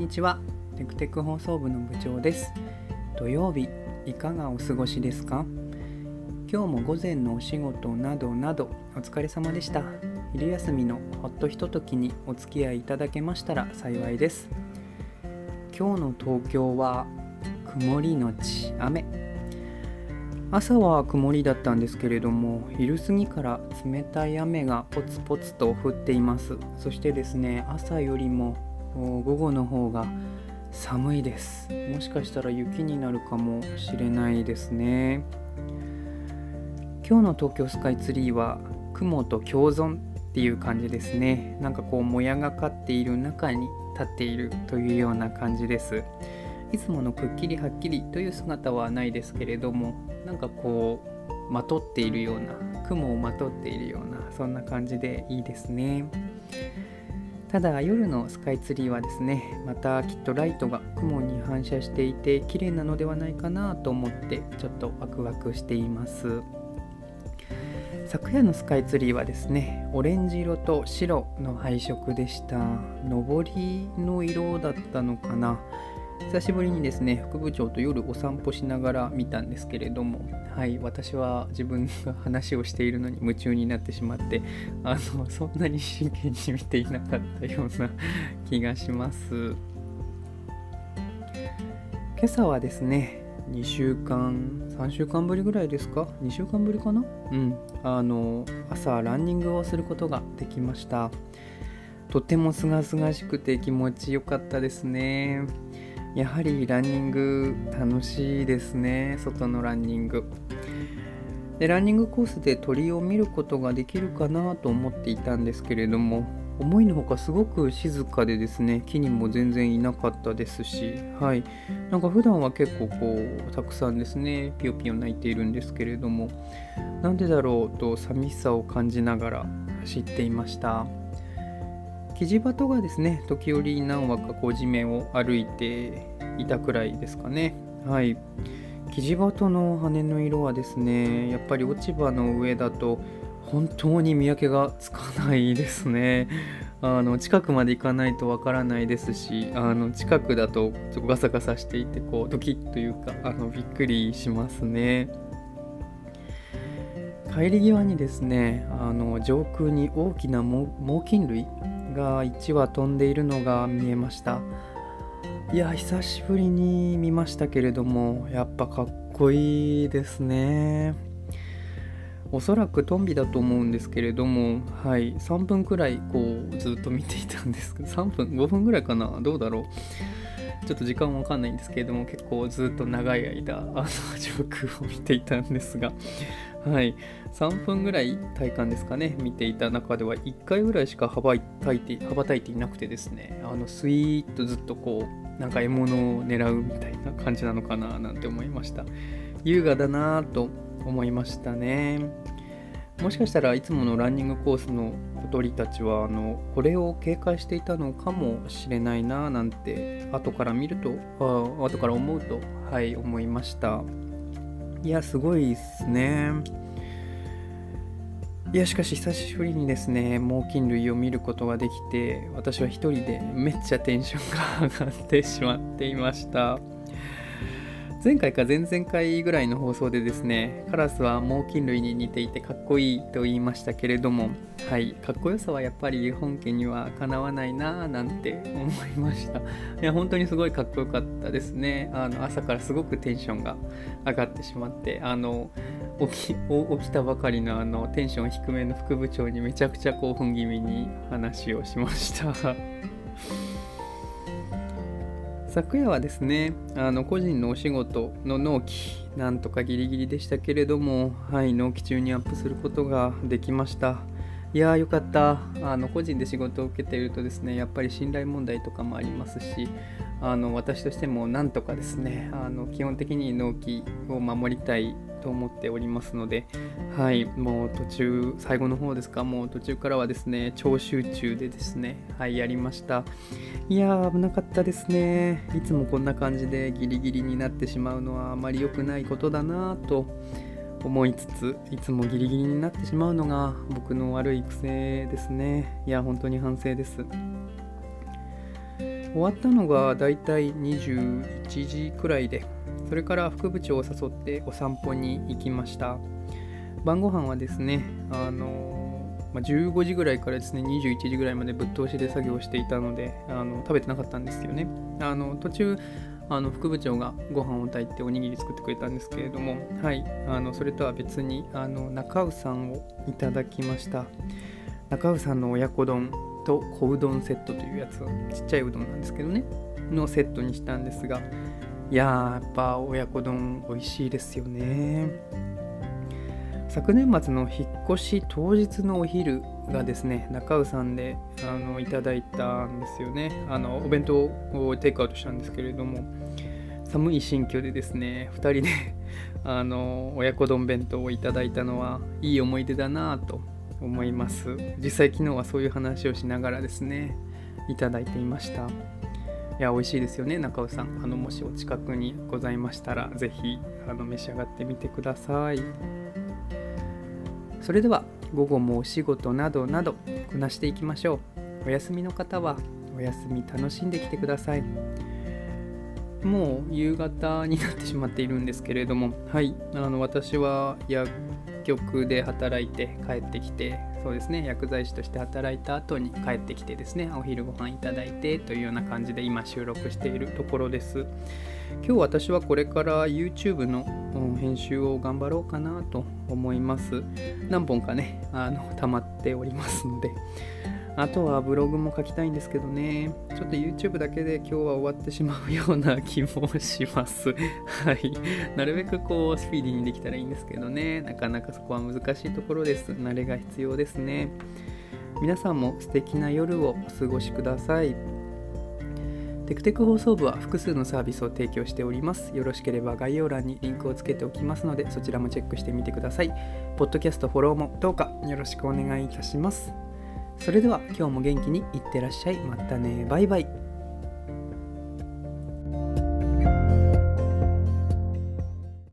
にちは。テクテク放送部の部長です。土曜日いかがお過ごしですか？今日も午前のお仕事などなどお疲れ様でした。昼休みのほっとひとときにお付き合いいただけましたら幸いです。今日の東京は曇りのち雨。朝は曇りだったんですけれども、昼過ぎから冷たい雨がポツポツと降っています。そしてですね、朝よりも午後の方が寒いです。もしかしたら雪になるかもしれないですね。今日の東京スカイツリーは雲と共存っていう感じですね。なんかもやがかっている中に立っているというような感じです。いつものくっきりはっきりという姿はないですけれども、なんかまとっているような、雲をまとっているような、そんな感じでいいですね。ただ夜のスカイツリーはですね、またきっとライトが雲に反射していて綺麗なのではないかなと思ってちょっとワクワクしています。昨夜のスカイツリーはですね、オレンジ色と白の配色でした。上りの色だったのかな。久しぶりにですね、副部長と夜お散歩しながら見たんですけれども、私は自分が話をしているのに夢中になってしまってそんなに真剣に見ていなかったような気がします。今朝はですね、2週間3週間ぶりぐらいですか、2週間ぶりかな、朝ランニングをすることができました。とてもすがすがしくて気持ちよかったですね。やはりランニング楽しいですね。外のランニングで、ランニングコースで鳥を見ることができるかなと思っていたんですけれども、思いのほかすごく静かでですね、木にも全然いなかったですし、なんか普段は結構たくさんですね、ピヨピヨ鳴いているんですけれども、なんでだろうと寂しさを感じながら走っていました。キジバトがですね、時折何羽か地面を歩いていたくらいですかね。キジバトの羽の色はですね、やっぱり落ち葉の上だと本当に見分けがつかないですね。近くまで行かないとわからないですし、近くだとちょっとガサガサしていてドキッというかびっくりしますね。帰り際にですね、上空に大きな猛禽類が1羽飛んでいるのが見えました。いや、久しぶりに見ましたけれども、やっぱかっこいいですね。おそらくトンビだと思うんですけれども、3分くらいずっと見ていたんですけど、3分5分くらいかな、どうだろう、ちょっと時間わかんないんですけれども、結構ずっと長い間上空を見ていたんですが、3分ぐらい体感ですかね、見ていた中では1回ぐらいしか羽ばたいていなくてですね、スイーッとずっとなんか獲物を狙うみたいな感じなのかななんて思いました。優雅だなと思いましたね。もしかしたらいつものランニングコースの小鳥たちはこれを警戒していたのかもしれないななんて後から思うと思いました。いや、すごいですね。いや、しかし久しぶりにですね、猛禽類を見ることができて、私は一人でめっちゃテンションが上がってしまっていました。前回か前々回ぐらいの放送でですね、カラスは猛禽類に似ていてかっこいいと言いましたけれども、かっこよさはやっぱり本家にはかなわないなぁなんて思いました。いや、本当にすごいかっこよかったですね。朝からすごくテンションが上がってしまって、起きたばかりのテンション低めの副部長にめちゃくちゃ興奮気味に話をしました昨夜はですね、個人のお仕事の納期なんとかギリギリでしたけれども、納期中にアップすることができました。いやー、よかった。個人で仕事を受けているとですね、やっぱり信頼問題とかもありますし、私としてもなんとかですね、基本的に納期を守りたいと思っておりますので、もう最後の方ですか、もう途中からはですね、超集中でですね、やりました。いやー、危なかったですね。いつもこんな感じでギリギリになってしまうのはあまり良くないことだなと思いつつ、いつもギリギリになってしまうのが僕の悪い癖ですね。いや、本当に反省です。 終わったのがだいたい21時くらいで、それから副部長を誘ってお散歩に行きました。晩ご飯はですね、15時ぐらいからですね、21時ぐらいまでぶっ通しで作業していたので、食べてなかったんですよね。途中副部長がご飯を炊いておにぎり作ってくれたんですけれども、はい、それとは別に中尾さんをいただきました。中尾さんの親子丼と小うどんセットというやつ、ちっちゃいうどんなんですけどねのセットにしたんですが、いやっぱ親子丼美味しいですよね。昨年末の引っ越し当日のお昼がですね、中尾さんでいただいたんですよね。お弁当をテイクアウトしたんですけれども、寒い新居でですね、2人で親子丼弁当をいただいたのはいい思い出だなと思います。実際昨日はそういう話をしながらですね、いただいていました。いや、美味しいですよね、中尾さん。もしお近くにございましたら、ぜひ召し上がってみてください。それでは午後もお仕事などなどこなしていきましょう。お休みの方はお休み楽しんできてください。もう夕方になってしまっているんですけれども、はい、私は薬局で働いて帰ってきて、そうですね、薬剤師として働いた後に帰ってきてですね、お昼ご飯いただいてというような感じで今収録しているところです。今日私はこれから YouTube の編集を頑張ろうかなと思います。何本かね溜まっておりますので、あとはブログも書きたいんですけどね、ちょっと YouTube だけで今日は終わってしまうような気もします。はい、なるべくスピーディーにできたらいいんですけどね、なかなかそこは難しいところです。慣れが必要ですね。皆さんも素敵な夜をお過ごしください。テクテク放送部は複数のサービスを提供しております。よろしければ概要欄にリンクをつけておきますので、そちらもチェックしてみてください。ポッドキャストフォローもどうかよろしくお願いいたします。それでは今日も元気にいってらっしゃい。またね。バイバイ。